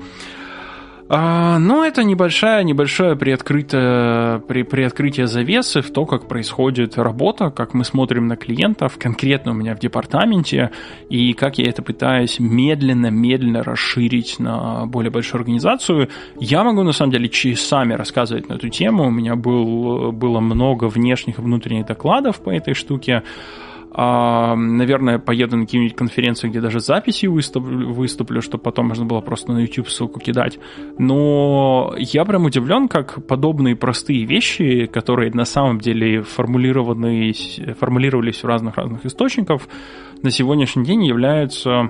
А, но это небольшая, небольшое приоткрытие, при, приоткрытие завесы в то, как происходит работа, как мы смотрим на клиентов, конкретно у меня в департаменте, и как я это пытаюсь медленно-медленно расширить на более большую организацию. Я могу, на самом деле, часами рассказывать на эту тему. У меня был, было много внешних и внутренних докладов по этой штуке. Наверное, поеду на какие-нибудь конференции, где даже записи выступлю, выступлю, чтобы потом можно было просто на YouTube ссылку кидать. Но я прям удивлен, как подобные простые вещи, которые на самом деле формулированы, формулировались в разных-разных источниках, на сегодняшний день являются,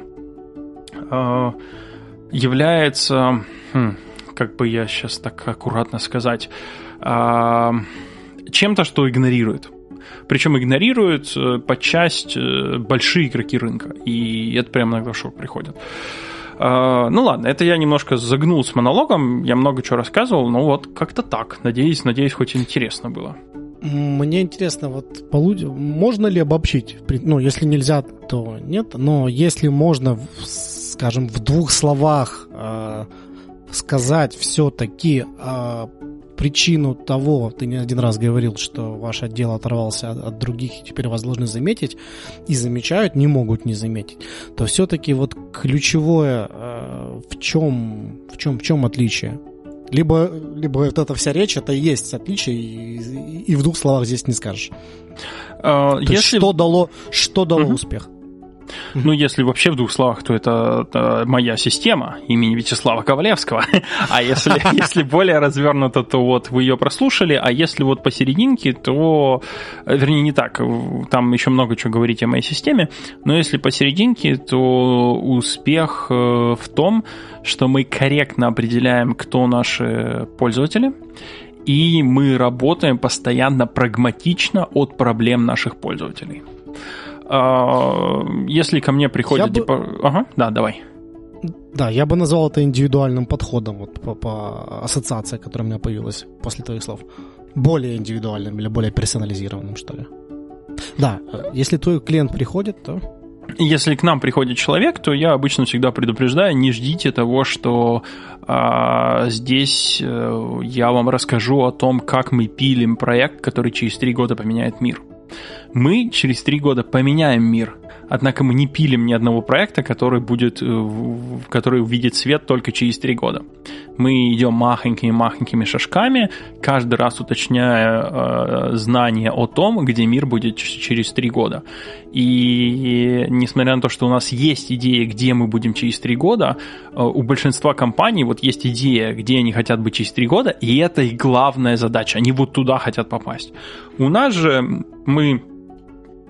являются, хм, как бы я сейчас так аккуратно сказать, чем-то, что игнорирует. Причем игнорируют подчасть большие игроки рынка. И это прям иногда в шок приходит. Ну ладно, это я немножко загнул с монологом. Я много чего рассказывал, но вот как-то так. Надеюсь, надеюсь, хоть интересно было. Мне интересно, вот можно ли обобщить? Ну, если нельзя, то нет. Но если можно, скажем, в двух словах сказать все-таки причину того, ты не один раз говорил, что ваш отдел оторвался от, от других, и теперь вас должны заметить, и замечают, не могут не заметить, то все-таки вот ключевое э, в чем, в чем, в чем отличие? Либо, либо вот эта вся речь, это и есть отличие, и, и, и в двух словах здесь не скажешь. А, если... есть, что дало, что дало uh-huh. успех? Ну, если вообще в двух словах, то это, это моя система имени Вячеслава Ковалевского. А если, если более развернуто, то вот вы ее прослушали. А если вот посерединке, то... Вернее, не так. Там еще много чего говорить о моей системе. Но если посерединке, то успех в том, что мы корректно определяем, кто наши пользователи. И мы работаем постоянно прагматично от проблем наших пользователей. Если ко мне приходят... Бы... Типа... Ага, да, давай. Да, я бы назвал это индивидуальным подходом вот, по, по ассоциации, которая у меня появилась после твоих слов. Более индивидуальным или более персонализированным, что ли. Да, если твой клиент приходит, то... Если к нам приходит человек, то я обычно всегда предупреждаю, не ждите того, что а, здесь а, я вам расскажу о том, как мы пилим проект, который через три года поменяет мир. Мы через три года поменяем мир, однако мы не пилим ни одного проекта, который будет, который увидит свет только через три года. Мы идем махонькими-махонькими шажками, каждый раз уточняя э, знания о том, где мир будет через три года. И несмотря на то, что у нас есть идея, где мы будем через три года, э, у большинства компаний вот есть идея, где они хотят быть через три года, и это их главная задача. Они вот туда хотят попасть. У нас же мы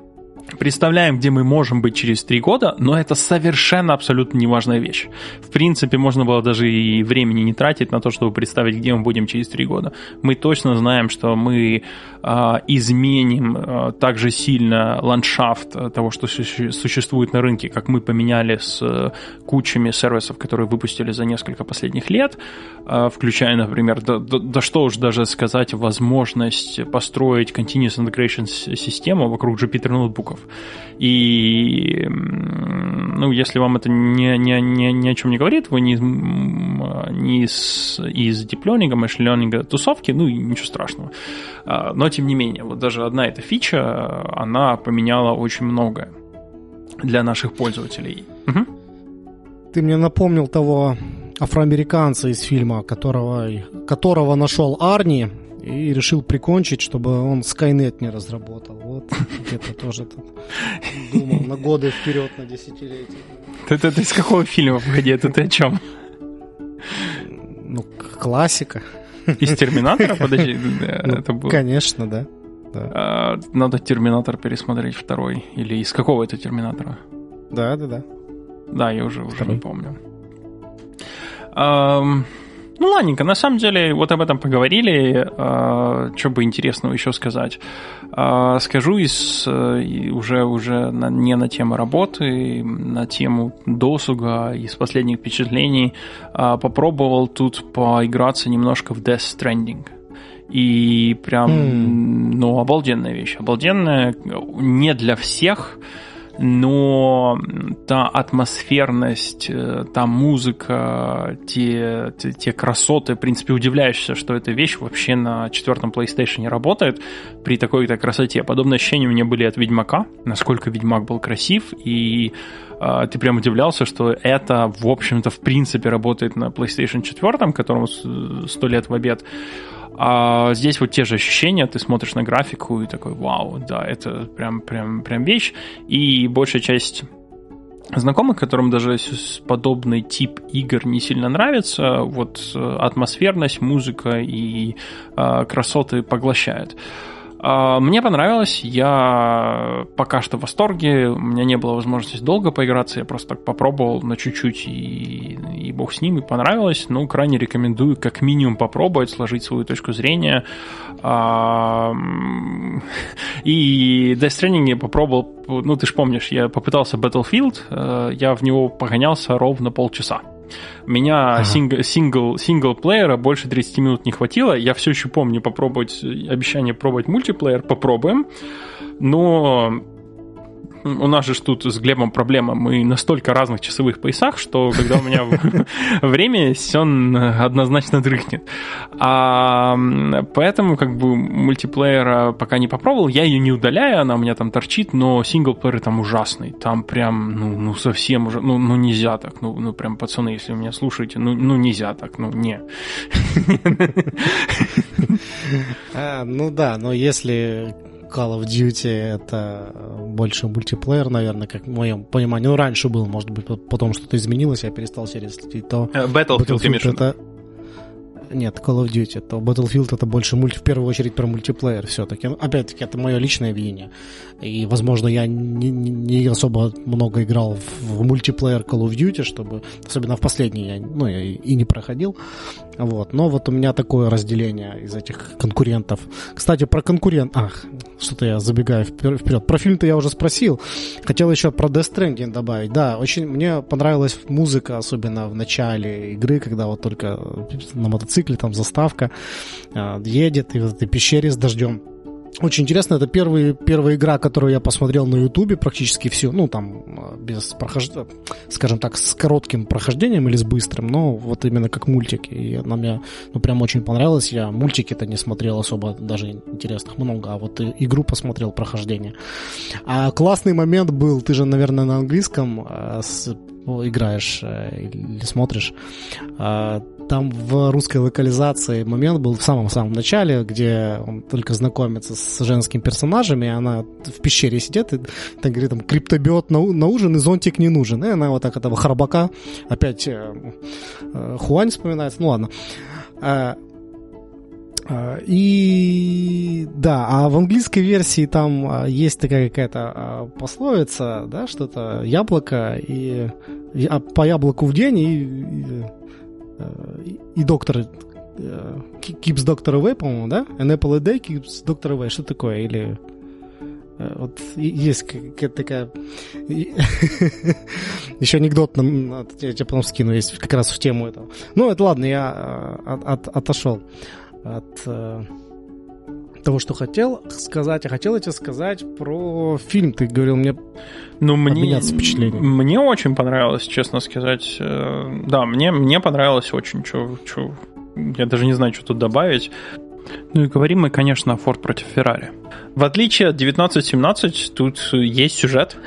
представляем, где мы можем быть через три года, но это совершенно абсолютно неважная вещь. В принципе, можно было даже и времени не тратить на то, чтобы представить, где мы будем через три года. Мы точно знаем, что мы а, изменим а, так же сильно ландшафт того, что су- существует на рынке, как мы поменяли с а, кучами сервисов, которые выпустили за несколько последних лет, а, включая, например, да, да, да что уж даже сказать, возможность построить continuous integration систему вокруг Jupyter ноутбуков. И, ну, если вам это ни, ни, ни, ни о чем не говорит, вы не, не из, из deep learning, machine learning тусовки, ну, ничего страшного. Но, тем не менее, вот даже одна эта фича, она поменяла очень многое для наших пользователей. Угу. Ты мне напомнил того афроамериканца из фильма, которого, которого нашел Арни и решил прикончить, чтобы он Skynet не разработал. Вот где-то тоже думал на годы вперед, на десятилетия. Ты, ты, ты из какого фильма, погоди, это ты о чем? Ну, классика. Из «Терминатора»? Подожди. Ну, это было... Конечно, да. да. А, надо «Терминатор» пересмотреть второй. Или из какого это «Терминатора»? Да, да, да. Да, я уже, уже не помню. А, ну, ладненько, на самом деле, вот об этом поговорили. А, что бы интересного еще сказать? А, скажу из, уже, уже на, не на тему работы, на тему досуга, из последних впечатлений. А, попробовал тут поиграться немножко в Death Stranding. И прям, mm. ну, обалденная вещь. Обалденная не для всех, но та атмосферность, та музыка, те, те, те красоты, в принципе, удивляешься, что эта вещь вообще на четвертом PlayStation работает при такой-то красоте. Подобные ощущения у меня были от Ведьмака, насколько Ведьмак был красив, и э, ты прям удивлялся, что это, в общем-то, в принципе, работает на PlayStation четыре, которому сто лет в обед. А здесь вот те же ощущения, ты смотришь на графику и такой, вау, да, это прям, прям, прям вещь. И большая часть знакомых, которым даже подобный тип игр не сильно нравится, вот атмосферность, музыка и а, красоты поглощает. Мне понравилось, я пока что в восторге, у меня не было возможности долго поиграться, я просто так попробовал на чуть-чуть, и, и бог с ним, и понравилось. Ну, крайне рекомендую как минимум попробовать, сложить свою точку зрения. И Death Stranding я попробовал, ну, ты же помнишь, я попытался Battlefield, я в него погонялся ровно полчаса. Меня ага. сингл, сингл, синглплеера больше тридцать минут не хватило. Я все еще помню попробовать, обещание пробовать мультиплеер. Попробуем. Но у нас же тут с Глебом проблема. Мы настолько разных часовых поясах, что когда у меня время есть, он однозначно дрыхнет. А поэтому как бы мультиплеера пока не попробовал. Я ее не удаляю, она у меня там торчит, но синглплеер там ужасный. Там прям, ну, ну совсем уже, ну, ну нельзя так. Ну, ну прям, пацаны, если вы меня слушаете, ну, ну нельзя так, ну не. Ну да, но если Call of Duty это больше мультиплеер, наверное, как в моем понимании. Ну, раньше был, может быть, потом что-то изменилось, я перестал сервис следить. То Battlefield, Battlefield это... Нет, Call of Duty, то Battlefield это больше мульти... в первую очередь про мультиплеер все-таки. Опять-таки, это мое личное видение. И, возможно, я не, не особо много играл в, в мультиплеер Call of Duty, чтобы, особенно в последний, я, ну, я и не проходил. Вот. Но вот у меня такое разделение из этих конкурентов. Кстати, про конкурент... Ах, что-то я забегаю вперед. Про фильм-то я уже спросил. Хотел еще про Death Stranding добавить. Да, очень мне понравилась музыка, особенно в начале игры, когда вот только на мотоцикле там заставка едет, и в этой пещере с дождем. Очень интересно, это первый, первая игра, которую я посмотрел на Ютубе практически всю, ну, там, без прохождения, скажем так, с коротким прохождением или с быстрым, но вот именно как мультик, и она мне, ну, прям очень понравилась. Я мультики-то не смотрел особо, даже интересных много, а вот игру посмотрел, прохождение. А классный момент был, ты же, наверное, на английском с, играешь или смотришь, там в русской локализации момент был в самом-самом начале, где он только знакомится с женским персонажем, и она в пещере сидит, и так говорит, там, криптобиот на, на ужин, и зонтик не нужен. И она вот так этого Хорбака, опять э, э, Хуань вспоминается, ну ладно. Э, И да, а в английской версии там есть такая какая-то пословица, да, что-то яблоко и, и по яблоку в день и, и, и доктор keeps doctor away, по-моему, да? An apple a day keeps doctor away. Что такое? Или вот есть какая-то такая еще анекдот, я тебе потом скину, есть как раз в тему этого. Ну, это ладно, я от, от, отошел от э, того, что хотел сказать. Я хотел тебе сказать про фильм. Ты говорил мне ну, мне, обменяться впечатлениями. Мне очень понравилось, честно сказать. Да, мне, мне понравилось очень. Чё, чё, я даже не знаю, что тут добавить. Ну и говорим мы, конечно, о Форд против Феррари. В отличие от девятнадцать семнадцать, тут есть сюжет.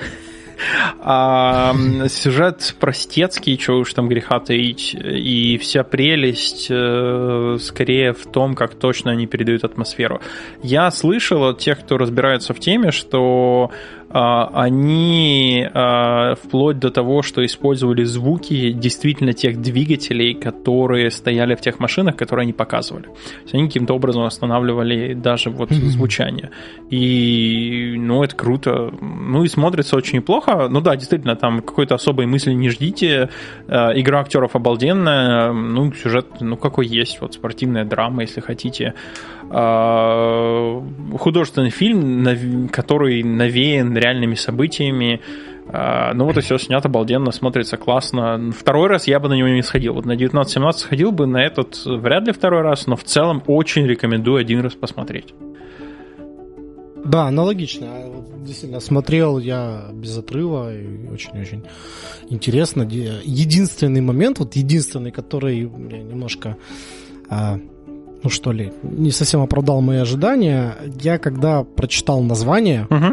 А сюжет простецкий, чего уж там греха таить, и вся прелесть э, скорее в том, как точно они передают атмосферу. Я слышал от тех, кто разбирается в теме, что э, они э, вплоть до того, что использовали звуки действительно тех двигателей, которые стояли в тех машинах, которые они показывали. То есть они каким-то образом останавливали даже вот mm-hmm. звучание. И, ну, это круто. Ну, и смотрится очень неплохо. Ну да, действительно, там какой-то особой мысли не ждите. Игра актеров обалденная. Ну, сюжет, ну, какой есть. Вот спортивная драма, если хотите. Художественный фильм, который навеян реальными событиями. Ну вот и все снято обалденно, смотрится классно. Второй раз я бы на него не сходил. Вот на девятнадцать семнадцать сходил бы, на этот вряд ли второй раз, но в целом очень рекомендую один раз посмотреть. Да, аналогично. Действительно, смотрел я без отрыва и очень-очень интересно. Единственный момент, вот единственный, который немножко, ну что ли, не совсем оправдал мои ожидания, я когда прочитал название, угу.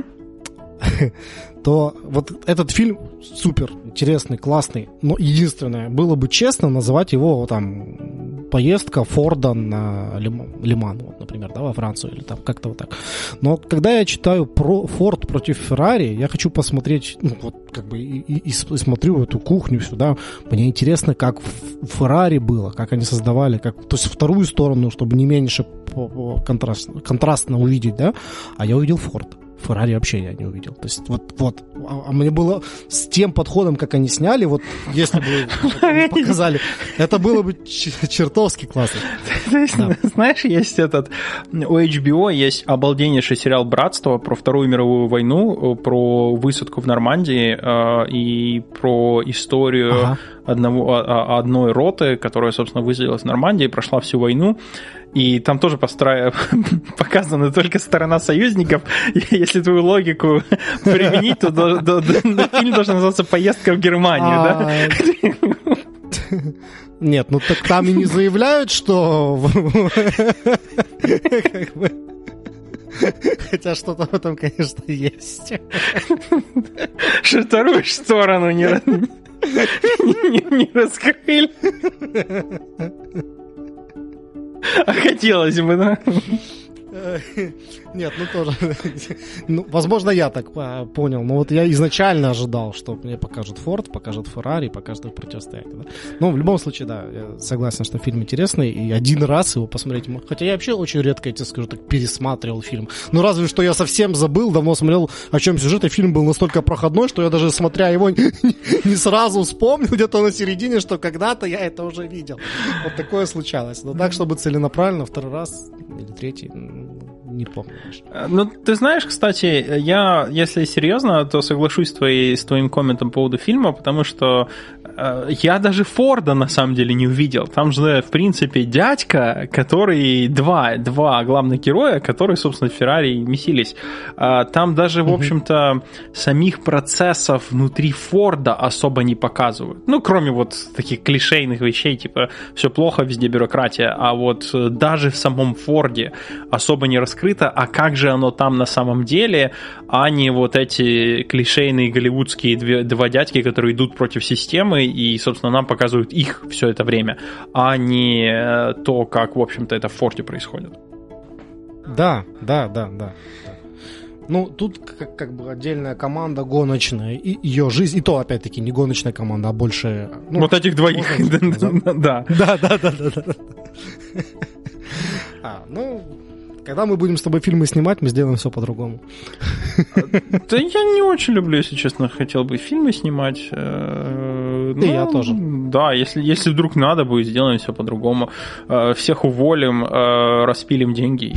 то вот этот фильм супер интересный, классный, но единственное, было бы честно называть его там поездка Форда на Лиман, вот, например, да, во Францию или там как-то вот так. Но когда я читаю про Форд против Феррари, я хочу посмотреть, ну вот как бы и, и, и смотрю эту кухню сюда, мне интересно, как в Феррари было, как они создавали, как, то есть вторую сторону, чтобы не меньше контраст, контрастно увидеть, да, а я увидел Форд. Феррари вообще я не увидел. То есть вот, вот. А, а мне было с тем подходом, как они сняли, вот если бы показали, это было бы чертовски классно. Знаешь, есть этот... У эйч би о есть обалденнейший сериал «Братство» про Вторую мировую войну, про высадку в Нормандии и про историю одного, одной роты, которая, собственно, высадилась в Нормандии, прошла всю войну. И там тоже постра... показана только сторона союзников. Если твою логику применить, то до, до, до, фильм должен называться «Поездка в Германию», да? Нет, ну так там и не заявляют, что... Хотя что-то в этом, конечно, есть. Что вторую сторону не раскрыли. А хотелось бы, да? Нет, ну тоже. Ну, возможно, я так понял. Но вот я изначально ожидал, что мне покажут Форд, покажут Феррари, покажут их противостояние. Да? Но в любом случае, да, я согласен, что фильм интересный, и один раз его посмотреть. Хотя я вообще очень редко, я тебе скажу, так пересматривал фильм. Ну, разве что я совсем забыл, давно смотрел, о чем сюжет, и фильм был настолько проходной, что я даже, смотря его, не сразу вспомнил где-то на середине, что когда-то я это уже видел. Вот такое случалось. Но так, чтобы целенаправленно второй раз или третий, не помню. Ну, ты знаешь, кстати, я, если серьезно, то соглашусь с, твоей, с твоим комментом по поводу фильма, потому что э, я даже Форда на самом деле не увидел. Там же, в принципе, дядька, который... Два, два главных героя, которые, собственно, в Феррари месились. Э, там даже, в общем-то, самих процессов внутри Форда особо не показывают. Ну, кроме вот таких клишейных вещей, типа, все плохо, везде бюрократия. А вот даже в самом Форде особо не раскрыто, а как же оно там на самом деле, а не вот эти клишейные голливудские две, два дядьки, которые идут против системы и, собственно, нам показывают их все это время, а не то, как, в общем-то, это в Форде происходит. Да, да, да, да. Ну, тут как, как бы отдельная команда гоночная, и ее жизнь, и то, опять-таки, не гоночная команда, а больше... Ну, вот этих двоих, да. Да, да, да, да, да. А, ну, когда мы будем с тобой фильмы снимать, мы сделаем все по-другому. Да я не очень люблю, если честно, хотел бы фильмы снимать. И ну, я тоже. Да, если, если вдруг надо будет, сделаем все по-другому. Всех уволим, распилим деньги.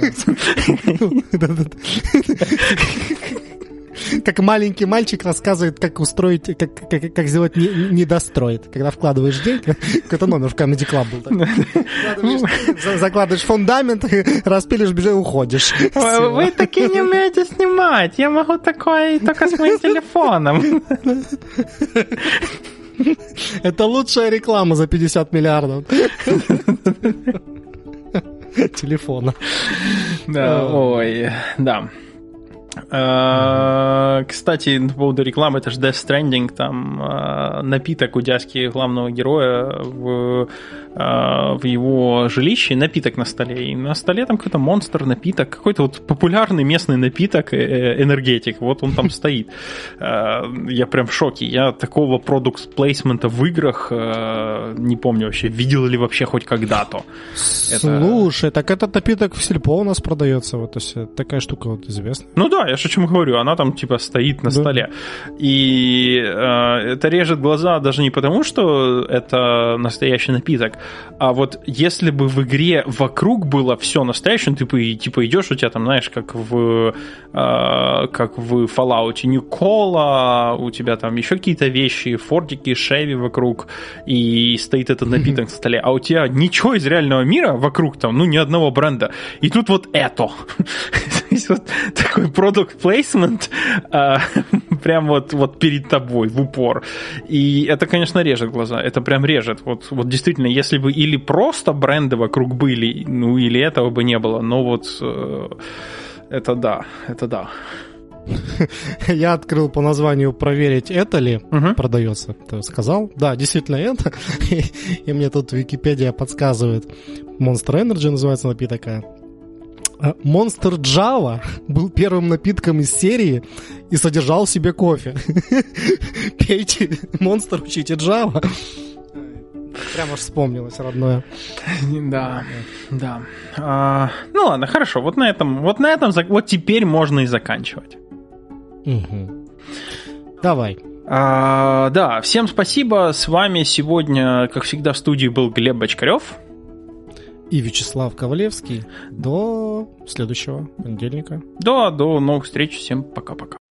Как маленький мальчик рассказывает, как устроить, как, как, как сделать не, недостроит. Когда вкладываешь деньги, какой-то номер в Comedy Club был такой. Закладываешь фундамент, распилишь, бежишь, уходишь. Вы, вы таки не умеете снимать. Я могу такое только с моим телефоном. Это лучшая реклама за пятьдесят миллиардов. Телефона. Да, ой, да. Кстати, по поводу рекламы, это же Death Stranding, там напиток у дядьки главного героя в, в его жилище, напиток на столе. И на столе там какой-то монстр, напиток, какой-то вот популярный местный напиток, энергетик, вот он там стоит. Я прям в шоке. Я такого продукт-плейсмента в играх не помню вообще, видел ли вообще хоть когда-то. Слушай, это... так этот напиток в Сельпо у нас продается, вот, то есть такая штука вот известная. Ну да, я же о чем говорю, она там типа стоит на да. столе. И э, это режет глаза даже не потому, что это настоящий напиток, а вот если бы в игре вокруг было все настоящее, ну, ты типа идешь, у тебя там, знаешь, как в, э, как в Fallout New Cola, у тебя там еще какие-то вещи, фортики, шеви вокруг, и стоит этот напиток на столе, а у тебя ничего из реального мира вокруг там, ну, ни одного бренда. И тут вот это. Вот такой product placement а, прям вот, вот перед тобой в упор. И это, конечно, режет глаза. Это прям режет. Вот, вот действительно, если бы или просто бренды вокруг были, ну или этого бы не было. Но вот э, это да, это да. Я открыл по названию проверить, это ли uh-huh. продается. Ты сказал? Да, действительно это. И, и мне тут Википедия подсказывает. Monster Energy называется напиток. Monster Java был первым напитком из серии и содержал в себе кофе. Пейте Monster, учите Java. Прямо аж вспомнилось родное. Да, да. А, ну ладно, хорошо. Вот на этом, вот на этом, вот теперь можно и заканчивать. Угу. Давай. А, да, всем спасибо. С вами сегодня, как всегда, в студии был Глеб Бочкарев. И Вячеслав Ковалевский. До следующего понедельника. Да, до новых встреч. Всем пока-пока.